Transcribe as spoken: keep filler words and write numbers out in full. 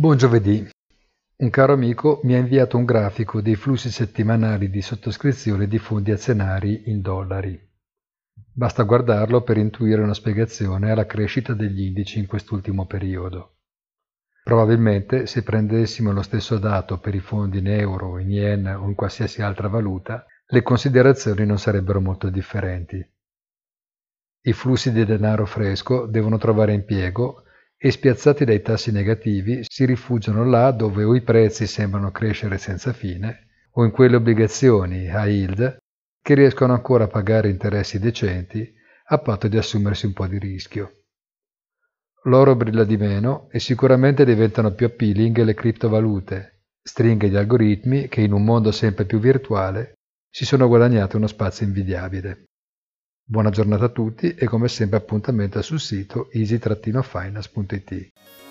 Buon giovedì. Un caro amico mi ha inviato un grafico dei flussi settimanali di sottoscrizione di fondi azionari in dollari. Basta guardarlo per intuire una spiegazione alla crescita degli indici in quest'ultimo periodo. Probabilmente, se prendessimo lo stesso dato per i fondi in euro, in yen o in qualsiasi altra valuta, le considerazioni non sarebbero molto differenti. I flussi di denaro fresco devono trovare impiego e, spiazzati dai tassi negativi, si rifugiano là dove o i prezzi sembrano crescere senza fine o in quelle obbligazioni high yield che riescono ancora a pagare interessi decenti a patto di assumersi un po' di rischio. L'oro brilla di meno e sicuramente diventano più appealing le criptovalute, stringhe di algoritmi che in un mondo sempre più virtuale si sono guadagnati uno spazio invidiabile. Buona giornata a tutti e come sempre appuntamento sul sito easy finance punto it.